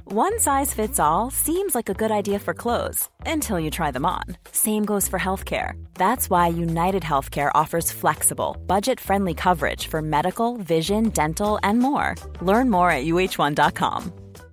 One size fits all seems like a good idea for clothes until you try them on. Same goes for healthcare. That's why United Healthcare offers flexible, budget-friendly coverage for medical, vision, dental, and more. Learn more at uh1.com.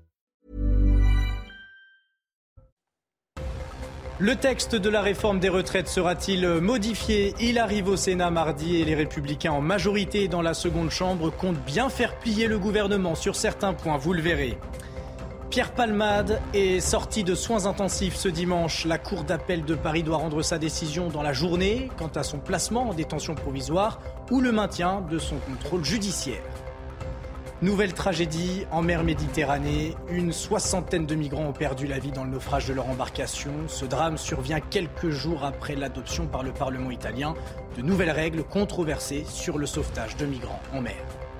Le texte de la réforme des retraites sera-t-il modifié ? Il arrive au Sénat mardi et les Républicains en majorité dans la seconde chambre comptent bien faire plier le gouvernement sur certains points, vous le verrez. Pierre Palmade est sorti de soins intensifs ce dimanche. La Cour d'appel de Paris doit rendre sa décision dans la journée quant à son placement en détention provisoire ou le maintien de son contrôle judiciaire. Nouvelle tragédie en mer Méditerranée. Une soixantaine de migrants ont perdu la vie dans le naufrage de leur embarcation. Ce drame survient quelques jours après l'adoption par le Parlement italien de nouvelles règles controversées sur le sauvetage de migrants en mer.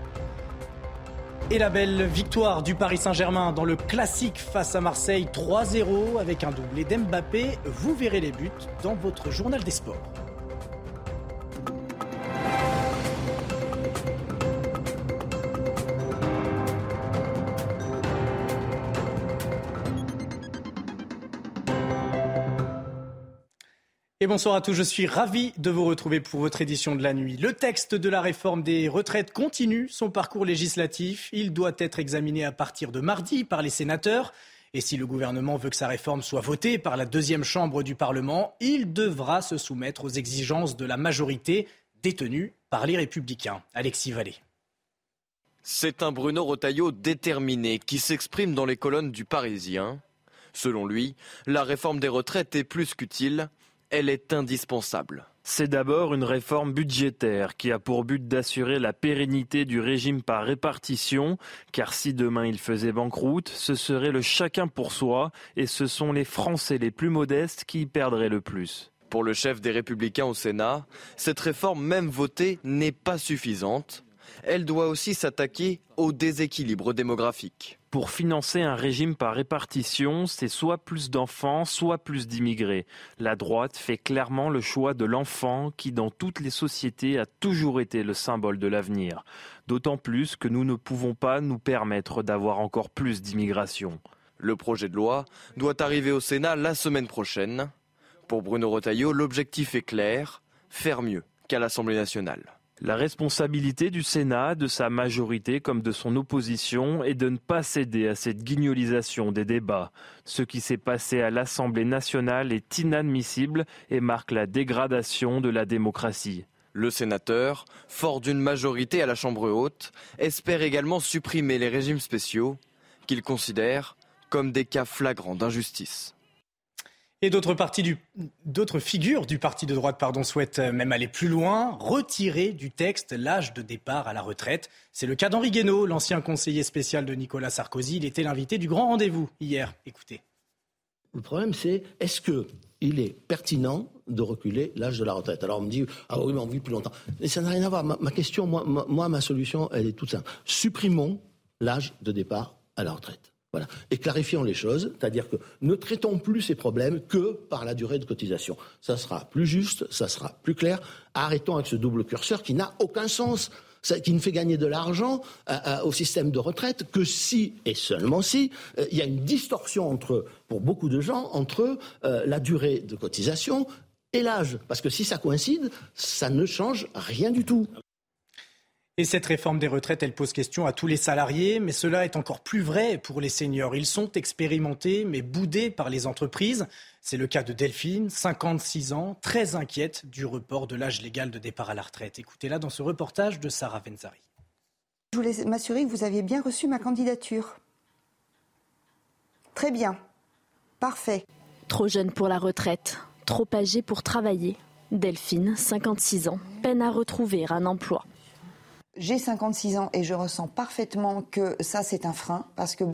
Et la belle victoire du Paris Saint-Germain dans le classique face à Marseille 3-0 avec un doublé d'Mbappé. Vous verrez les buts dans votre journal des sports. Et bonsoir à tous, je suis ravi de vous retrouver pour votre édition de la nuit. Le texte de la réforme des retraites continue son parcours législatif. Il doit être examiné à partir de mardi par les sénateurs. Et si le gouvernement veut que sa réforme soit votée par la deuxième chambre du Parlement, il devra se soumettre aux exigences de la majorité détenue par les Républicains. Alexis Vallée. C'est un Bruno Retailleau déterminé qui s'exprime dans les colonnes du Parisien. Selon lui, la réforme des retraites est plus qu'utile. Elle est indispensable. C'est d'abord une réforme budgétaire qui a pour but d'assurer la pérennité du régime par répartition, car si demain il faisait banqueroute, ce serait le chacun pour soi et ce sont les Français les plus modestes qui y perdraient le plus. Pour le chef des Républicains au Sénat, cette réforme même votée n'est pas suffisante. Elle doit aussi s'attaquer au déséquilibre démographique. Pour financer un régime par répartition, c'est soit plus d'enfants, soit plus d'immigrés. La droite fait clairement le choix de l'enfant qui, dans toutes les sociétés, a toujours été le symbole de l'avenir. D'autant plus que nous ne pouvons pas nous permettre d'avoir encore plus d'immigration. Le projet de loi doit arriver au Sénat la semaine prochaine. Pour Bruno Retailleau, l'objectif est clair, faire mieux qu'à l'Assemblée nationale. La responsabilité du Sénat, de sa majorité comme de son opposition, est de ne pas céder à cette guignolisation des débats. Ce qui s'est passé à l'Assemblée nationale est inadmissible et marque la dégradation de la démocratie. Le sénateur, fort d'une majorité à la Chambre haute, espère également supprimer les régimes spéciaux qu'il considère comme des cas flagrants d'injustice. Et d'autres figures du parti de droite souhaitent même aller plus loin, retirer du texte l'âge de départ à la retraite. C'est le cas d'Henri Guénaud, l'ancien conseiller spécial de Nicolas Sarkozy. Il était l'invité du grand rendez-vous hier. Écoutez. Le problème, c'est est-ce qu'il est pertinent de reculer l'âge de la retraite ? Alors on me dit, ah oui, mais on vit plus longtemps. Mais ça n'a rien à voir. Ma question, ma solution, elle est toute simple. Supprimons l'âge de départ à la retraite. Voilà. Et clarifions les choses, c'est-à-dire que ne traitons plus ces problèmes que par la durée de cotisation. Ça sera plus juste, ça sera plus clair. Arrêtons avec ce double curseur qui n'a aucun sens, qui ne fait gagner de l'argent au système de retraite que si, et seulement si, il y a une distorsion pour beaucoup de gens entre la durée de cotisation et l'âge. Parce que si ça coïncide, ça ne change rien du tout. Et cette réforme des retraites, elle pose question à tous les salariés, mais cela est encore plus vrai pour les seniors. Ils sont expérimentés, mais boudés par les entreprises. C'est le cas de Delphine, 56 ans, très inquiète du report de l'âge légal de départ à la retraite. Écoutez-la dans ce reportage de Sarah Venzari. Je voulais m'assurer que vous aviez bien reçu ma candidature. Très bien. Parfait. Trop jeune pour la retraite, trop âgée pour travailler. Delphine, 56 ans, peine à retrouver un emploi. J'ai 56 ans et je ressens parfaitement que ça, c'est un frein parce que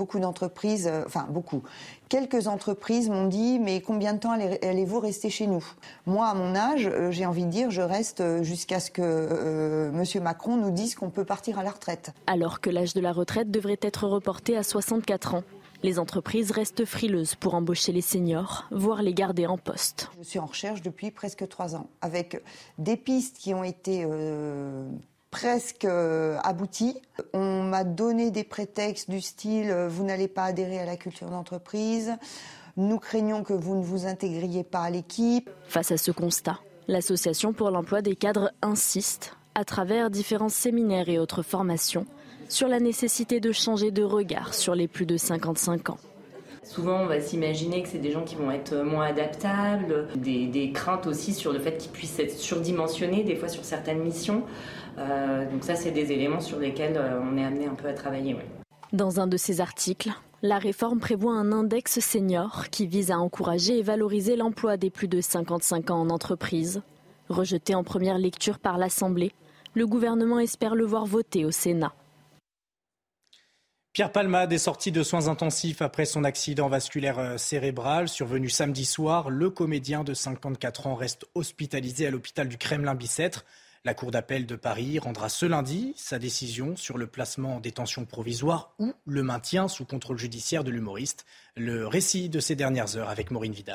quelques entreprises m'ont dit « mais combien de temps allez-vous rester chez nous ?» Moi, à mon âge, j'ai envie de dire, je reste jusqu'à ce que M. Macron nous dise qu'on peut partir à la retraite. Alors que l'âge de la retraite devrait être reporté à 64 ans. Les entreprises restent frileuses pour embaucher les seniors, voire les garder en poste. Je suis en recherche depuis presque 3 ans, avec des pistes qui ont été presque abouti. On m'a donné des prétextes du style « vous n'allez pas adhérer à la culture d'entreprise », « nous craignons que vous ne vous intégriez pas à l'équipe ». Face à ce constat, l'Association pour l'emploi des cadres insiste, à travers différents séminaires et autres formations, sur la nécessité de changer de regard sur les plus de 55 ans. Souvent, on va s'imaginer que c'est des gens qui vont être moins adaptables, des craintes aussi sur le fait qu'ils puissent être surdimensionnés, des fois sur certaines missions. Donc ça, c'est des éléments sur lesquels on est amené un peu à travailler. Ouais. Dans un de ces articles, la réforme prévoit un index senior qui vise à encourager et valoriser l'emploi des plus de 55 ans en entreprise. Rejeté en première lecture par l'Assemblée, le gouvernement espère le voir voter au Sénat. Pierre Palmade est sorti de soins intensifs après son accident vasculaire cérébral survenu samedi soir. Le comédien de 54 ans reste hospitalisé à l'hôpital du Kremlin-Bicêtre. La Cour d'appel de Paris rendra ce lundi sa décision sur le placement en détention provisoire ou le maintien sous contrôle judiciaire de l'humoriste. Le récit de ces dernières heures avec Maureen Vidal.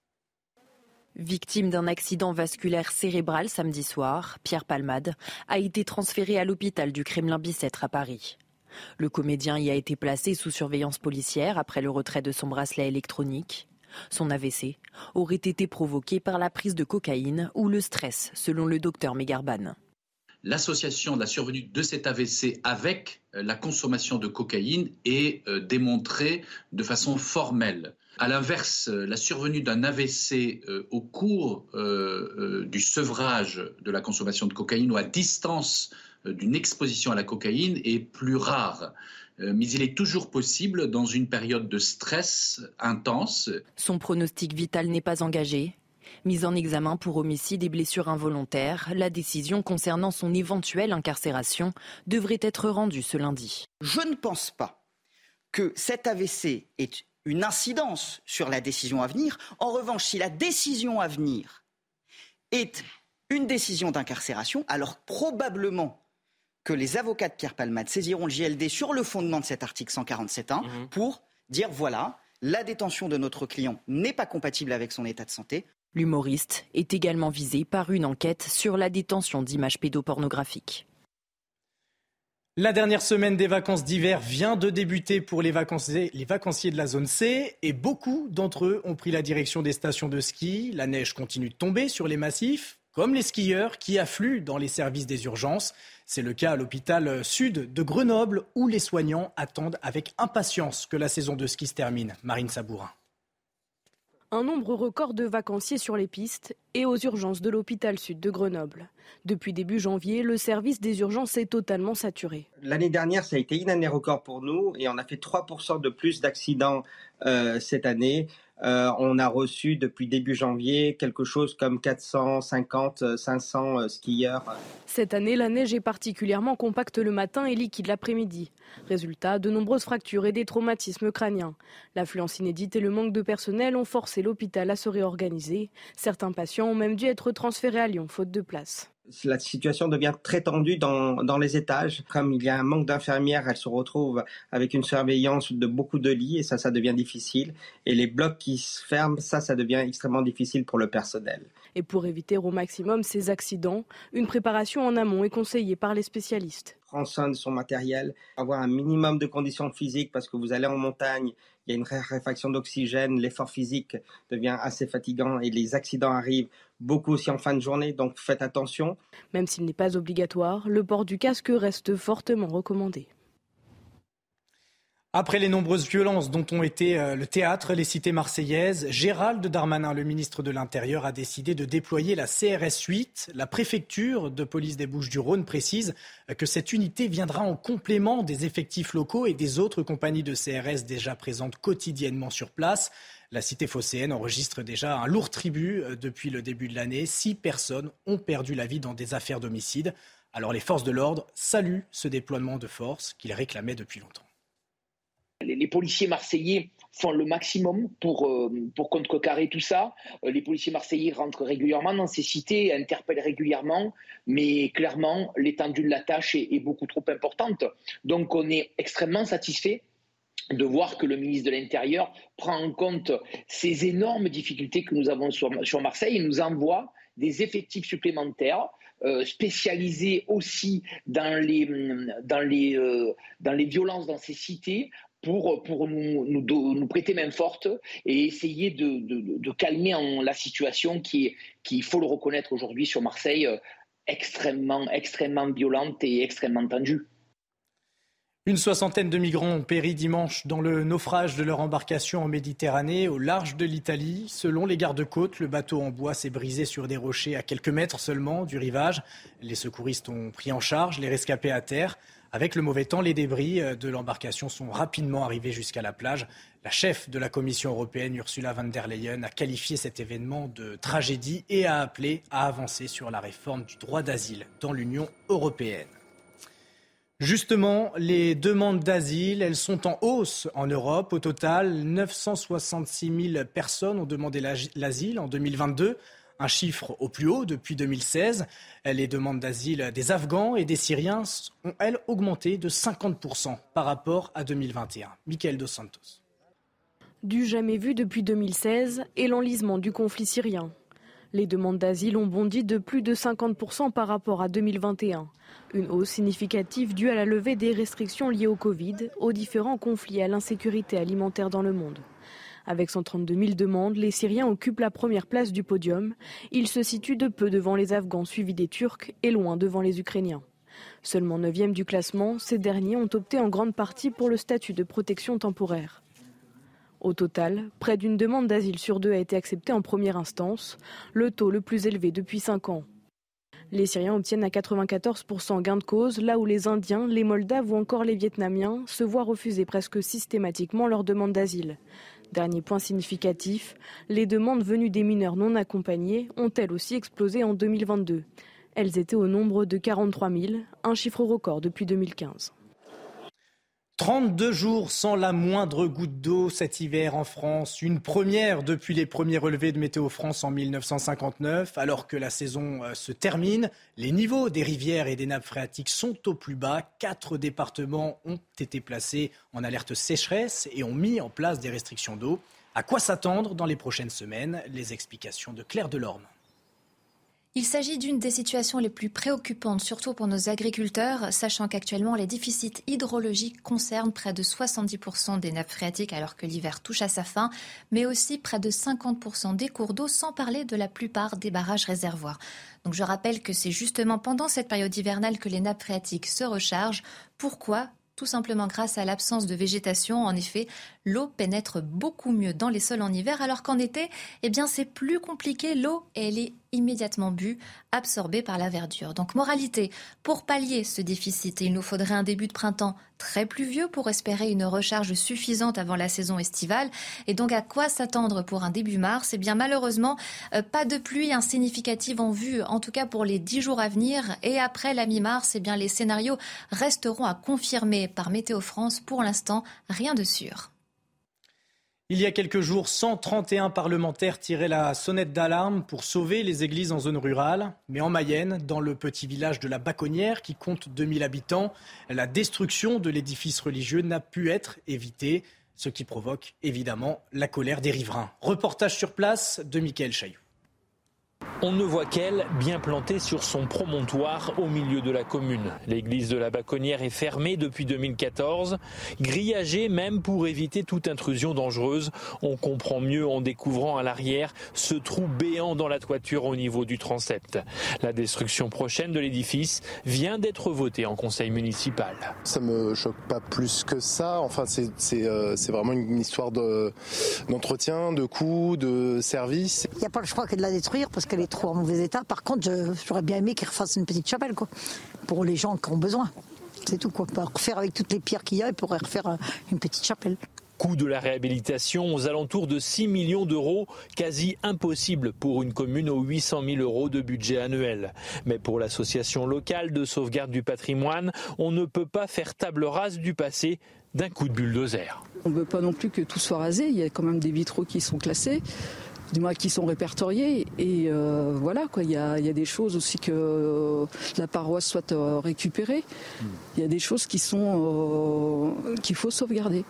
Victime d'un accident vasculaire cérébral samedi soir, Pierre Palmade a été transféré à l'hôpital du Kremlin-Bicêtre à Paris. Le comédien y a été placé sous surveillance policière après le retrait de son bracelet électronique. Son AVC aurait été provoqué par la prise de cocaïne ou le stress, selon le docteur Megarban. L'association de la survenue de cet AVC avec la consommation de cocaïne est démontrée de façon formelle. À l'inverse, la survenue d'un AVC au cours du sevrage de la consommation de cocaïne ou à distance d'une exposition à la cocaïne est plus rare. Mais il est toujours possible dans une période de stress intense. Son pronostic vital n'est pas engagé. Mise en examen pour homicide et blessures involontaires, la décision concernant son éventuelle incarcération devrait être rendue ce lundi. Je ne pense pas que cet AVC ait une incidence sur la décision à venir. En revanche, si la décision à venir est une décision d'incarcération, alors probablement que les avocats de Pierre Palmade saisiront le JLD sur le fondement de cet article 147.1 pour dire voilà, la détention de notre client n'est pas compatible avec son état de santé. L'humoriste est également visé par une enquête sur la détention d'images pédopornographiques. La dernière semaine des vacances d'hiver vient de débuter pour les vacanciers de la zone C et beaucoup d'entre eux ont pris la direction des stations de ski. La neige continue de tomber sur les massifs, comme les skieurs qui affluent dans les services des urgences. C'est le cas à l'hôpital sud de Grenoble où les soignants attendent avec impatience que la saison de ski se termine. Marine Sabourin. Un nombre record de vacanciers sur les pistes et aux urgences de l'hôpital sud de Grenoble. Depuis début janvier, le service des urgences est totalement saturé. L'année dernière, ça a été une année record pour nous et on a fait 3% de plus d'accidents cette année. On a reçu depuis début janvier quelque chose comme 450-500 skieurs. Cette année, la neige est particulièrement compacte le matin et liquide l'après-midi. Résultat, de nombreuses fractures et des traumatismes crâniens. L'affluence inédite et le manque de personnel ont forcé l'hôpital à se réorganiser. Certains patients ont même dû être transférés à Lyon, faute de place. La situation devient très tendue dans les étages. Comme il y a un manque d'infirmières, elles se retrouvent avec une surveillance de beaucoup de lits et ça devient difficile. Et les blocs qui se ferment, ça devient extrêmement difficile pour le personnel. Et pour éviter au maximum ces accidents, une préparation en amont est conseillée par les spécialistes. Prendre soin de son matériel, avoir un minimum de conditions physiques parce que vous allez en montagne, il y a une raréfaction d'oxygène, l'effort physique devient assez fatigant et les accidents arrivent beaucoup aussi en fin de journée, donc faites attention. Même s'il n'est pas obligatoire, le port du casque reste fortement recommandé. Après les nombreuses violences dont ont été le théâtre les cités marseillaises, Gérald Darmanin, le ministre de l'Intérieur, a décidé de déployer la CRS 8. La préfecture de police des Bouches-du-Rhône précise que cette unité viendra en complément des effectifs locaux et des autres compagnies de CRS déjà présentes quotidiennement sur place. La cité phocéenne enregistre déjà un lourd tribut depuis le début de l'année. 6 personnes ont perdu la vie dans des affaires d'homicide. Alors les forces de l'ordre saluent ce déploiement de force qu'ils réclamaient depuis longtemps. Les policiers marseillais font le maximum pour contrecarrer tout ça. Les policiers marseillais rentrent régulièrement dans ces cités, interpellent régulièrement, mais clairement, l'étendue de la tâche est beaucoup trop importante. Donc on est extrêmement satisfait de voir que le ministre de l'Intérieur prend en compte ces énormes difficultés que nous avons sur Marseille et nous envoie des effectifs supplémentaires spécialisés aussi dans les violences dans ces cités pour nous prêter main forte et essayer de calmer la situation qui, il faut le reconnaître aujourd'hui sur Marseille, extrêmement violente et extrêmement tendue. Une soixantaine de migrants ont péri dimanche dans le naufrage de leur embarcation en Méditerranée, au large de l'Italie. Selon les gardes-côtes, le bateau en bois s'est brisé sur des rochers à quelques mètres seulement du rivage. Les secouristes ont pris en charge les rescapés à terre. Avec le mauvais temps, les débris de l'embarcation sont rapidement arrivés jusqu'à la plage. La chef de la Commission européenne, Ursula von der Leyen, a qualifié cet événement de tragédie et a appelé à avancer sur la réforme du droit d'asile dans l'Union européenne. Justement, les demandes d'asile, elles sont en hausse en Europe. Au total, 966 000 personnes ont demandé l'asile en 2022, un chiffre au plus haut depuis 2016. Les demandes d'asile des Afghans et des Syriens ont, elles, augmenté de 50% par rapport à 2021. Michael Dos Santos. Du jamais vu depuis 2016 et l'enlisement du conflit syrien. Les demandes d'asile ont bondi de plus de 50% par rapport à 2021. Une hausse significative due à la levée des restrictions liées au Covid, aux différents conflits et à l'insécurité alimentaire dans le monde. Avec 132 000 demandes, les Syriens occupent la première place du podium. Ils se situent de peu devant les Afghans suivis des Turcs et loin devant les Ukrainiens. Seulement 9e du classement, ces derniers ont opté en grande partie pour le statut de protection temporaire. Au total, près d'une demande d'asile sur 2 a été acceptée en première instance, le taux le plus élevé depuis 5 ans. Les Syriens obtiennent à 94% gain de cause, là où les Indiens, les Moldaves ou encore les Vietnamiens se voient refuser presque systématiquement leur demande d'asile. Dernier point significatif, les demandes venues des mineurs non accompagnés ont elles aussi explosé en 2022. Elles étaient au nombre de 43 000, un chiffre record depuis 2015. 32 jours sans la moindre goutte d'eau cet hiver en France. Une première depuis les premiers relevés de Météo France en 1959. Alors que la saison se termine, les niveaux des rivières et des nappes phréatiques sont au plus bas. 4 départements ont été placés en alerte sécheresse et ont mis en place des restrictions d'eau. À quoi s'attendre dans les prochaines semaines ? Les explications de Claire Delorme. Il s'agit d'une des situations les plus préoccupantes, surtout pour nos agriculteurs, sachant qu'actuellement les déficits hydrologiques concernent près de 70% des nappes phréatiques alors que l'hiver touche à sa fin, mais aussi près de 50% des cours d'eau, sans parler de la plupart des barrages réservoirs. Donc je rappelle que c'est justement pendant cette période hivernale que les nappes phréatiques se rechargent. Pourquoi ? Tout simplement grâce à l'absence de végétation. En effet, l'eau pénètre beaucoup mieux dans les sols en hiver, alors qu'en été, c'est plus compliqué. L'eau, elle est immédiatement bue, absorbée par la verdure. Donc moralité, pour pallier ce déficit, il nous faudrait un début de printemps très pluvieux pour espérer une recharge suffisante avant la saison estivale. Et donc à quoi s'attendre pour un début mars ? Malheureusement, pas de pluie significative en vue, en tout cas pour les 10 jours à venir. Et après la mi-mars, les scénarios resteront à confirmer par Météo France. Pour l'instant, rien de sûr. Il y a quelques jours, 131 parlementaires tiraient la sonnette d'alarme pour sauver les églises en zone rurale. Mais en Mayenne, dans le petit village de la Baconnière, qui compte 2000 habitants, la destruction de l'édifice religieux n'a pu être évitée, ce qui provoque évidemment la colère des riverains. Reportage sur place de Mickaël Chailloux. On ne voit qu'elle, bien plantée sur son promontoire au milieu de la commune. L'église de la Baconnière est fermée depuis 2014, grillagée même pour éviter toute intrusion dangereuse. On comprend mieux en découvrant à l'arrière ce trou béant dans la toiture au niveau du transept. La destruction prochaine de l'édifice vient d'être votée en conseil municipal. Ça me choque pas plus que ça. Enfin, c'est vraiment une histoire d'entretien, de coûts, de services. Il n'y a pas le choix que de la détruire parce qu'elle est trop en mauvais état. Par contre, j'aurais bien aimé qu'ils refassent une petite chapelle, pour les gens qui ont besoin. C'est tout, Pour refaire avec toutes les pierres qu'il y a, et pour refaire une petite chapelle. Coût de la réhabilitation aux alentours de 6 millions d'euros, quasi impossible pour une commune aux 800 000 euros de budget annuel. Mais pour l'association locale de sauvegarde du patrimoine, on ne peut pas faire table rase du passé d'un coup de bulldozer. On ne veut pas non plus que tout soit rasé, il y a quand même des vitraux qui sont classés, qui sont répertoriés, et il y a des choses aussi que la paroisse soit récupérée. Il y a des choses qu'il faut sauvegarder.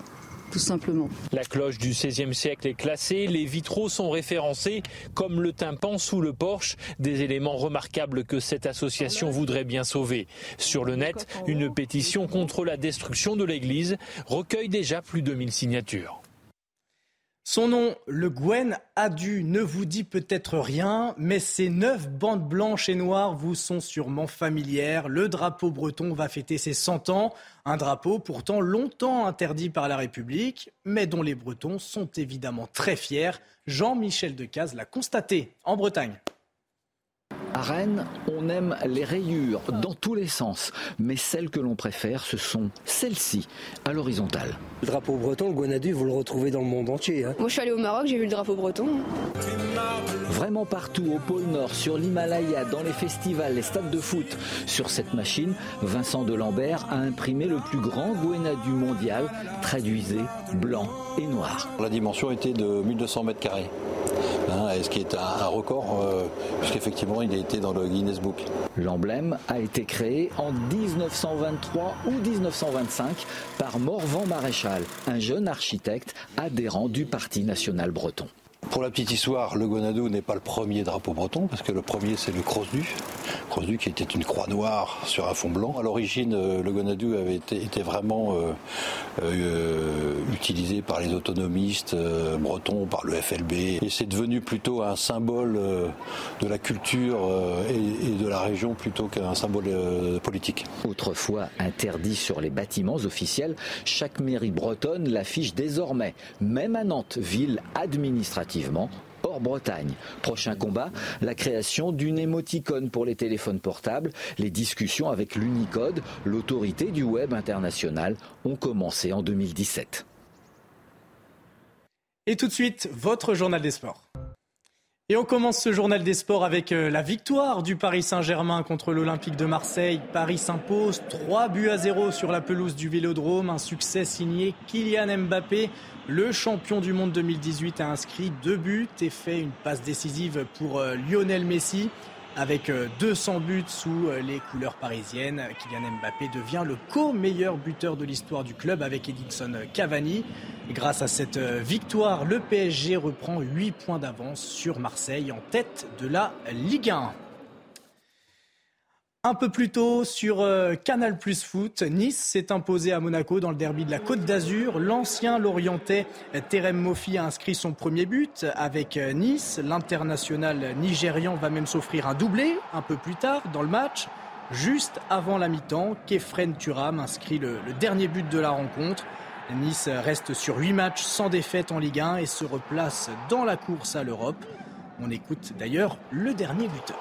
tout simplement. La cloche du XVIe siècle est classée, les vitraux sont référencés comme le tympan sous le porche, des éléments remarquables que cette association voudrait bien sauver. Sur le net, une pétition contre la destruction de l'église recueille déjà plus de 1000 signatures. Son nom, le Gwen Adu, ne vous dit peut-être rien, mais ces 9 bandes blanches et noires vous sont sûrement familières. Le drapeau breton va fêter ses 100 ans, un drapeau pourtant longtemps interdit par la République, mais dont les Bretons sont évidemment très fiers. Jean-Michel Decaze l'a constaté en Bretagne. À Rennes, on aime les rayures dans tous les sens, mais celles que l'on préfère, ce sont celles-ci, à l'horizontale. Le drapeau breton, le Gwen Adu, vous le retrouvez dans le monde entier. Moi, je suis allée au Maroc, j'ai vu le drapeau breton. Vraiment partout, au pôle Nord, sur l'Himalaya, dans les festivals, les stades de foot. Sur cette machine, Vincent Delambert a imprimé le plus grand Gwen Adu mondial, traduisé, blanc et noir. La dimension était de 1200 mètres carrés. Ce qui est un record, puisqu'effectivement il a été dans le Guinness Book. L'emblème a été créé en 1923 ou 1925 par Morvan Maréchal, un jeune architecte adhérent du Parti national breton. Pour la petite histoire, le Gwen Adu n'est pas le premier drapeau breton, parce que le premier c'est le Crozdu. Crozdu qui était une croix noire sur un fond blanc. À l'origine, le Gwen Adu avait été vraiment utilisé par les autonomistes bretons, par le FLB. Et c'est devenu plutôt un symbole de la culture et de la région plutôt qu'un symbole politique. Autrefois interdit sur les bâtiments officiels, chaque mairie bretonne l'affiche désormais, même à Nantes, ville administrative hors Bretagne. Prochain combat, la création d'une émoticône pour les téléphones portables. Les discussions avec l'Unicode, l'autorité du web international, ont commencé en 2017. Et tout de suite, votre journal des sports. Et on commence ce journal des sports avec la victoire du Paris Saint-Germain contre l'Olympique de Marseille. Paris s'impose 3-0 sur la pelouse du Vélodrome. Un succès signé Kylian Mbappé. Le champion du monde 2018 a inscrit 2 buts et fait une passe décisive pour Lionel Messi. Avec 200 buts sous les couleurs parisiennes, Kylian Mbappé devient le co-meilleur buteur de l'histoire du club avec Edinson Cavani. Grâce à cette victoire, le PSG reprend 8 points d'avance sur Marseille en tête de la Ligue 1. Un peu plus tôt, sur Canal+ Foot, Nice s'est imposé à Monaco dans le derby de la Côte d'Azur. L'ancien Lorientais Terem Moffi a inscrit son premier but avec Nice. L'international nigérian va même s'offrir un doublé un peu plus tard dans le match. Juste avant la mi-temps, Kefren Turam inscrit le dernier but de la rencontre. Nice reste sur 8 matchs sans défaite en Ligue 1 et se replace dans la course à l'Europe. On écoute d'ailleurs le dernier buteur.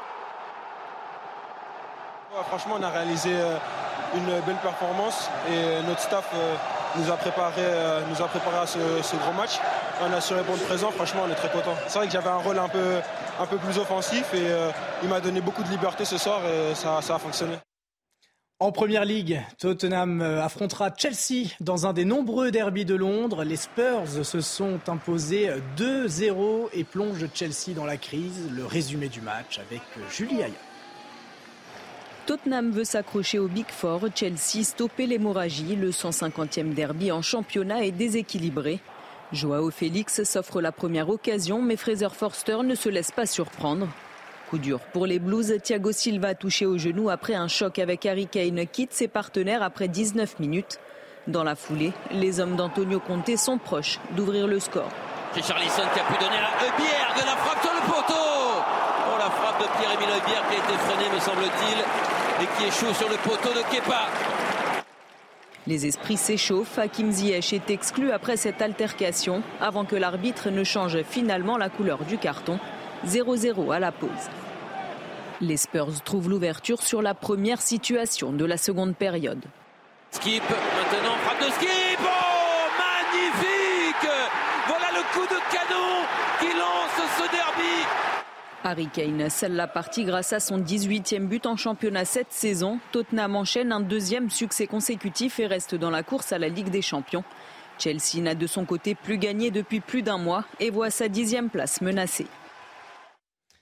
Franchement, on a réalisé une belle performance et notre staff nous a préparé à ce gros match. On a su répondre présent, franchement on est très content. C'est vrai que j'avais un rôle un peu plus offensif et il m'a donné beaucoup de liberté ce soir et ça a fonctionné. En Première Ligue, Tottenham affrontera Chelsea dans un des nombreux derbys de Londres. Les Spurs se sont imposés 2-0 et plongent Chelsea dans la crise. Le résumé du match avec Julie Aya. Tottenham veut s'accrocher au Big Four, Chelsea stopper l'hémorragie. Le 150e derby en championnat est déséquilibré. Joao Félix s'offre la première occasion, mais Fraser Forster ne se laisse pas surprendre. Coup dur pour les Blues, Thiago Silva touché au genou après un choc avec Harry Kane quitte ses partenaires après 19 minutes. Dans la foulée, les hommes d'Antonio Conte sont proches d'ouvrir le score. Richarlison qui a pu donner à Heubière de la frappe sur le poteau. Oh, la frappe de Pierre-Emile Heubière qui a été freinée, me semble-t-il, et qui échoue sur le poteau de Kepa. Les esprits s'échauffent. Hakim Ziyech est exclu après cette altercation, avant que l'arbitre ne change finalement la couleur du carton. 0-0 à la pause. Les Spurs trouvent l'ouverture sur la première situation de la seconde période. Skip, maintenant, frappe de Skip. Oh, magnifique! Voilà le coup de canon qui lance ce derby. Harry Kane scelle la partie grâce à son 18e but en championnat cette saison. Tottenham enchaîne un deuxième succès consécutif et reste dans la course à la Ligue des Champions. Chelsea n'a de son côté plus gagné depuis plus d'un mois et voit sa 10e place menacée.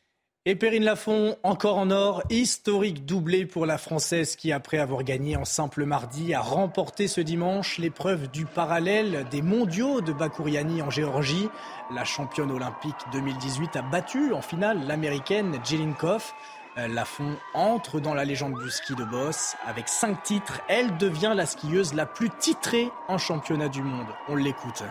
Et Perrine Lafont, encore en or, historique doublé pour la Française qui, après avoir gagné en simple mardi, a remporté ce dimanche l'épreuve du parallèle des mondiaux de Bakouriani en Géorgie. La championne olympique 2018 a battu en finale l'américaine Jelinkov. Lafont entre dans la légende du ski de boss. Avec 5 titres, elle devient la skieuse la plus titrée en championnat du monde. On l'écoute.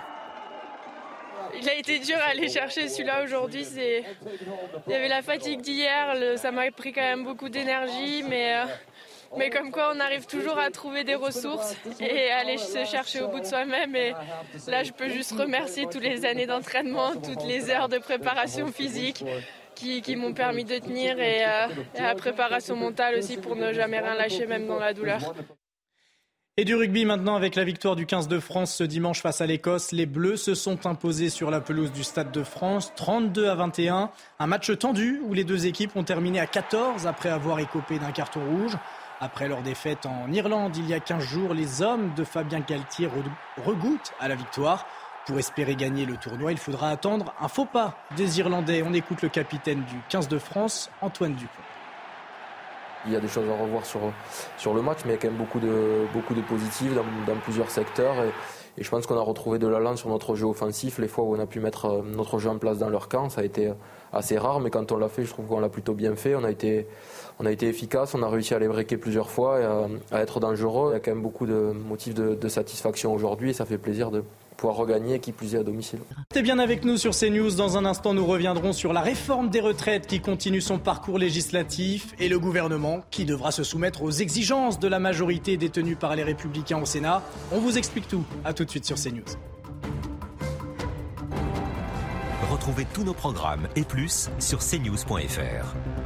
Il a été dur à aller chercher celui-là aujourd'hui. Il y avait la fatigue d'hier, ça m'a pris quand même beaucoup d'énergie, mais comme quoi on arrive toujours à trouver des ressources et aller se chercher au bout de soi-même. Et là, je peux juste remercier toutes les années d'entraînement, toutes les heures de préparation physique qui m'ont permis de tenir et la préparation mentale aussi pour ne jamais rien lâcher, même dans la douleur. Et du rugby maintenant avec la victoire du 15 de France ce dimanche face à l'Écosse. Les Bleus se sont imposés sur la pelouse du Stade de France, 32-21. Un match tendu où les deux équipes ont terminé à 14 après avoir écopé d'un carton rouge. Après leur défaite en Irlande il y a 15 jours, les hommes de Fabien Galtier regoûtent à la victoire. Pour espérer gagner le tournoi, il faudra attendre un faux pas des Irlandais. On écoute le capitaine du 15 de France, Antoine Dupont. Il y a des choses à revoir sur le match, mais il y a quand même beaucoup de positifs dans plusieurs secteurs. Et je pense qu'on a retrouvé de l'allant sur notre jeu offensif. Les fois où on a pu mettre notre jeu en place dans leur camp, ça a été assez rare. Mais quand on l'a fait, je trouve qu'on l'a plutôt bien fait. On a été efficace, on a réussi à les breaker plusieurs fois et à être dangereux. Il y a quand même beaucoup de motifs de satisfaction aujourd'hui et ça fait plaisir de pouvoir regagner, qui plus est à domicile. Restez bien avec nous sur CNews. Dans un instant, nous reviendrons sur la réforme des retraites qui continue son parcours législatif et le gouvernement qui devra se soumettre aux exigences de la majorité détenue par les Républicains au Sénat. On vous explique tout. À tout de suite sur CNews. Retrouvez tous nos programmes et plus sur cnews.fr.